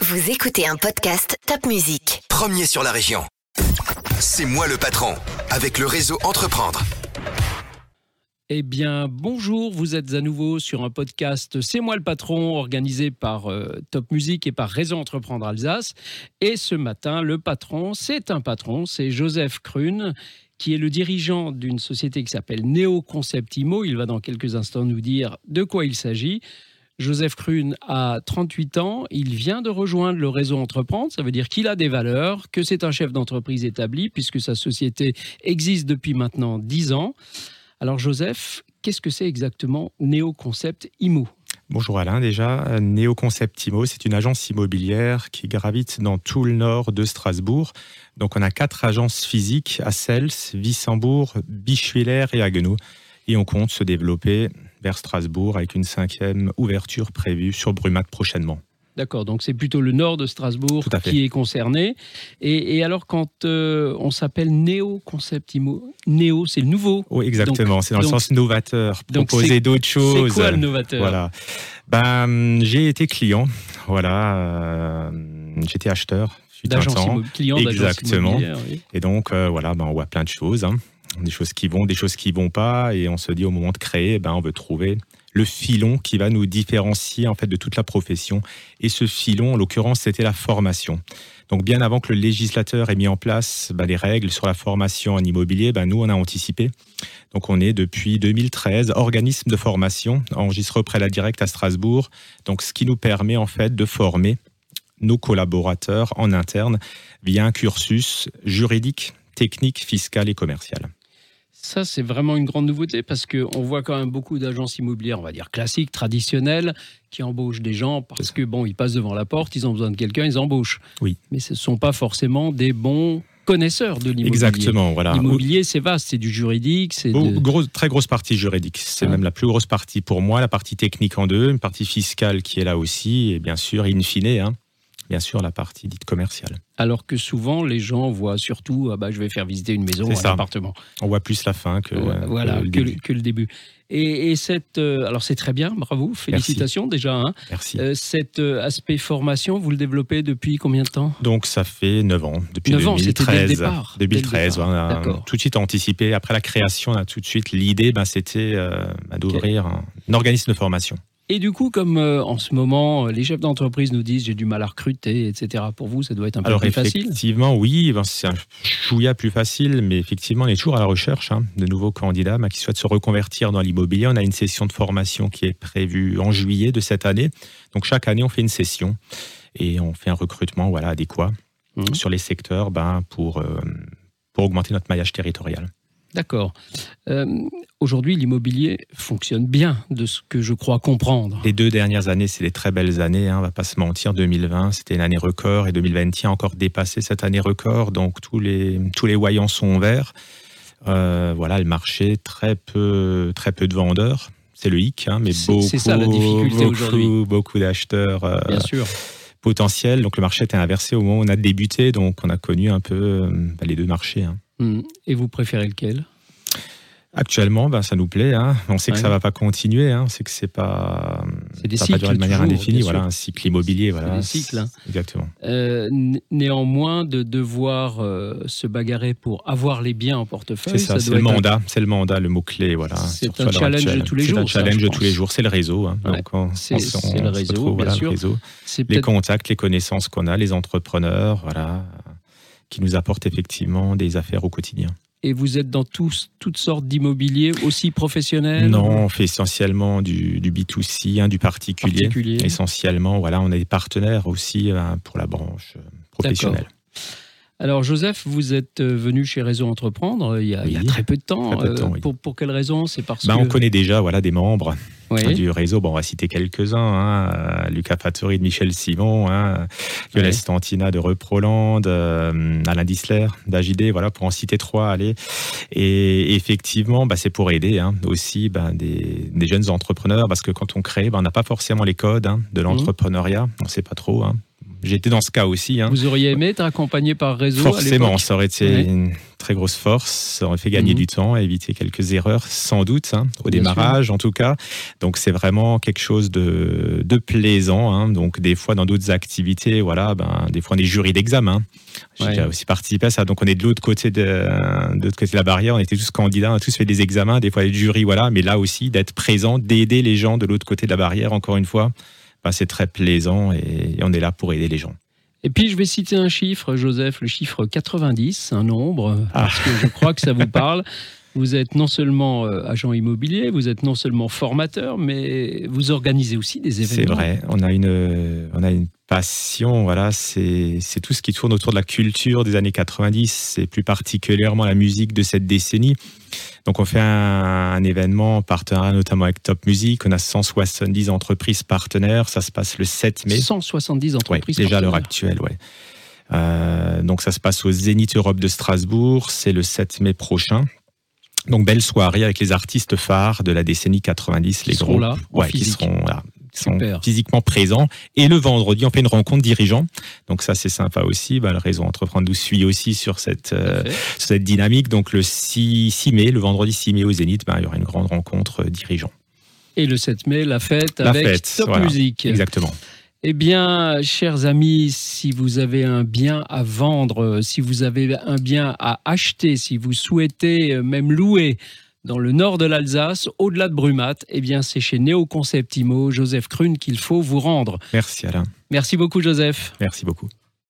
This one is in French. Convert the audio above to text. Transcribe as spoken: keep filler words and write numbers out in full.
Vous écoutez un podcast Top Musique. Premier sur la région. C'est moi le patron, avec le réseau Entreprendre. Eh bien, bonjour, vous êtes à nouveau sur un podcast C'est moi le patron, organisé par euh, Top Musique et par Réseau Entreprendre Alsace. Et ce matin, le patron, c'est un patron, c'est Joseph Krune, qui est le dirigeant d'une société qui s'appelle Neo Concept Immo. Il va dans quelques instants nous dire de quoi il s'agit. Joseph Krune a trente-huit ans, il vient de rejoindre le réseau Entreprendre, ça veut dire qu'il a des valeurs, que c'est un chef d'entreprise établi, puisque sa société existe depuis maintenant dix ans. Alors Joseph, qu'est-ce que c'est exactement Neo Concept Immo ? Bonjour Alain, déjà, Neo Concept Immo, c'est une agence immobilière qui gravite dans tout le nord de Strasbourg. Donc on a quatre agences physiques à Cels, Wissembourg, Bischwiller et Haguenau. Et on compte se développer vers Strasbourg avec une cinquième ouverture prévue sur Brumath prochainement. D'accord, donc c'est plutôt le nord de Strasbourg qui est concerné. Et, et alors, quand euh, on s'appelle Neo Concept Immo, Neo, c'est le nouveau. Oui, exactement, donc, c'est dans le donc, sens novateur, proposer c'est, d'autres choses. C'est quoi le novateur ? Voilà. Ben, j'ai été client, voilà, euh, j'étais acheteur. D'agence immo- client exactement. D'agence oui. Et donc, euh, voilà, ben, on voit plein de choses, hein. Des choses qui vont, des choses qui vont pas, et on se dit au moment de créer, ben, on veut trouver le filon qui va nous différencier en fait de toute la profession. Et ce filon, en l'occurrence, c'était la formation. Donc bien avant que le législateur ait mis en place ben, les règles sur la formation en immobilier, ben, nous on a anticipé. Donc on est depuis deux mille treize organisme de formation enregistré auprès de la Directe à Strasbourg. Donc ce qui nous permet en fait de former nos collaborateurs en interne via un cursus juridique, technique, fiscal et commercial. Ça, c'est vraiment une grande nouveauté parce qu'on voit quand même beaucoup d'agences immobilières, on va dire classiques, traditionnelles, qui embauchent des gens parce que, bon, ils passent devant la porte, ils ont besoin de quelqu'un, ils embauchent. Oui. Mais ce ne sont pas forcément des bons connaisseurs de l'immobilier. Exactement, voilà. L'immobilier, c'est vaste, c'est du juridique. C'est Beau, de... grosse, très grosse partie juridique. C'est ah. même la plus grosse partie pour moi, la partie technique en deux, une partie fiscale qui est là aussi, et bien sûr, in fine, hein, bien sûr, la partie dite commerciale. Alors que souvent, les gens voient surtout, ah bah, je vais faire visiter une maison, c'est un appartement. On voit plus la fin que, ouais, voilà, que, le, que, début. que le début. Et, et cette, euh, alors c'est très bien, bravo, félicitations Merci. déjà. Hein. Merci. Euh, cet euh, aspect formation, vous le développez depuis combien de temps ? Donc ça fait neuf ans, depuis neuf deux mille treize. Ans, c'était dès le départ. deux mille treize, départ. On a D'accord. tout de suite anticipé. Après la création, on a tout de suite l'idée, ben, c'était euh, ben, d'ouvrir okay. un, un organisme de formation. Et du coup, comme euh, en ce moment, les chefs d'entreprise nous disent j'ai du mal à recruter, et cetera. Pour vous, ça doit être un peu Alors, plus facile. Effectivement, oui, ben, c'est un chouïa plus facile, mais effectivement, on est toujours à la recherche hein, de nouveaux candidats ben, qui souhaitent se reconvertir dans l'immobilier. On a une session de formation qui est prévue en juillet de cette année. Donc, chaque année, on fait une session et on fait un recrutement voilà, adéquat mmh. sur les secteurs ben, pour, euh, pour augmenter notre maillage territorial. D'accord. Euh, aujourd'hui, l'immobilier fonctionne bien, de ce que je crois comprendre. Les deux dernières années, c'est des très belles années, hein, on ne va pas se mentir. deux mille vingt, c'était une année record et deux mille vingt et un a encore dépassé cette année record. Donc, tous les, tous les voyants sont verts. Euh, voilà, le marché, très peu, très peu de vendeurs. C'est le hic, hein, mais c'est, beaucoup, c'est ça la difficulté beaucoup, aujourd'hui. Beaucoup d'acheteurs euh, bien sûr. potentiels. Donc, le marché était inversé au moment où on a débuté. Donc, on a connu un peu euh, les deux marchés. Hein. Et vous préférez lequel ? Actuellement, ben, ça nous plaît. Hein. On sait ouais. que ça ne va pas continuer. Hein. On sait que c'est pas, c'est des ça cycles, va pas durer de manière toujours, indéfinie. Voilà, un cycle immobilier. C'est voilà. des cycles. Hein. Exactement. Euh, n- néanmoins, de devoir euh, se bagarrer pour avoir les biens en portefeuille, c'est ça. ça c'est doit le être mandat. Un... C'est le mandat, le mot clé. Voilà. C'est un challenge de tous les c'est jours. C'est un challenge ça, de tous les jours. C'est le réseau. Hein. Ouais. Donc, on, c'est, on, c'est on, le on réseau, retrouve, bien voilà, sûr. le réseau. C'est les contacts, les connaissances qu'on a, les entrepreneurs, voilà, qui nous apportent effectivement des affaires au quotidien. Et vous êtes dans tous, toutes sortes d'immobilier, aussi professionnels ? Non, on fait essentiellement du, du B deux C, hein, du particulier. particulier. Essentiellement, voilà, on a des partenaires aussi hein, pour la branche professionnelle. D'accord. Alors Joseph, vous êtes venu chez Réseau Entreprendre il y a, oui, il y a très peu de temps. Peu de temps euh, oui. pour, pour quelle raison ? C'est parce ben, que... On connaît déjà voilà, des membres oui. du réseau. Bon, on va citer quelques-uns. Hein, Lucas Fattori de Michel Simon, hein, Yoles oui. Stantina de Reproland, euh, Alain Dissler d'A J D, voilà, pour en citer trois. Allez. Et effectivement, bah, c'est pour aider hein, aussi bah, des, des jeunes entrepreneurs, parce que quand on crée, bah, on n'a pas forcément les codes hein, de l'entrepreneuriat. Mmh. On ne sait pas trop. Hein. J'ai été dans ce cas aussi. Hein. Vous auriez aimé être accompagné par réseau Forcément, à l'époque ? ça aurait été ouais. une très grosse force. Ça aurait fait gagner mmh. du temps, éviter quelques erreurs, sans doute, hein, au Bien démarrage sûr. En tout cas. Donc c'est vraiment quelque chose de, de plaisant. Hein. Donc des fois, dans d'autres activités, voilà, ben, des fois on est jury d'examen. J'ai ouais. aussi participé à ça. Donc on est de l'autre côté de, de l'autre côté de la barrière. On était tous candidats, on a tous fait des examens, des fois des jurys, voilà. Mais là aussi, d'être présent, d'aider les gens de l'autre côté de la barrière, encore une fois. Ben, c'est très plaisant et on est là pour aider les gens. Et puis, je vais citer un chiffre, Joseph, le chiffre quatre-vingt-dix, un nombre, ah. parce que je crois que ça vous parle. Vous êtes non seulement agent immobilier, vous êtes non seulement formateur, mais vous organisez aussi des événements. C'est vrai, on a une, on a une passion, voilà, c'est, c'est tout ce qui tourne autour de la culture des années quatre-vingt-dix, et plus particulièrement la musique de cette décennie. Donc on fait un, un événement en partenariat notamment avec Top Music, on a cent soixante-dix entreprises partenaires, ça se passe le sept mai. cent soixante-dix entreprises ouais, déjà à l'heure partenaires. actuelle, ouais. Euh, donc ça se passe au Zénith Europe de Strasbourg, c'est le sept mai prochain. Donc belle soirée avec les artistes phares de la décennie quatre-vingt-dix, les qui groupes seront là, ouais, qui seront là, qui sont physiquement présents. Et le vendredi, on fait une rencontre dirigeants. Donc ça, c'est sympa aussi. Ben, le réseau Entreprendre nous suit aussi sur cette, euh, sur cette dynamique. Donc le six mai, le vendredi six mai au Zénith, ben, il y aura une grande rencontre dirigeants. Et le sept mai, la fête la avec fête, Top voilà, Music. Exactement. Eh bien, chers amis, si vous avez un bien à vendre, si vous avez un bien à acheter, si vous souhaitez même louer dans le nord de l'Alsace, au-delà de Brumat, eh bien, c'est chez Néo Concept Immo, Joseph Krune, qu'il faut vous rendre. Merci Alain. Merci beaucoup, Joseph. Merci beaucoup.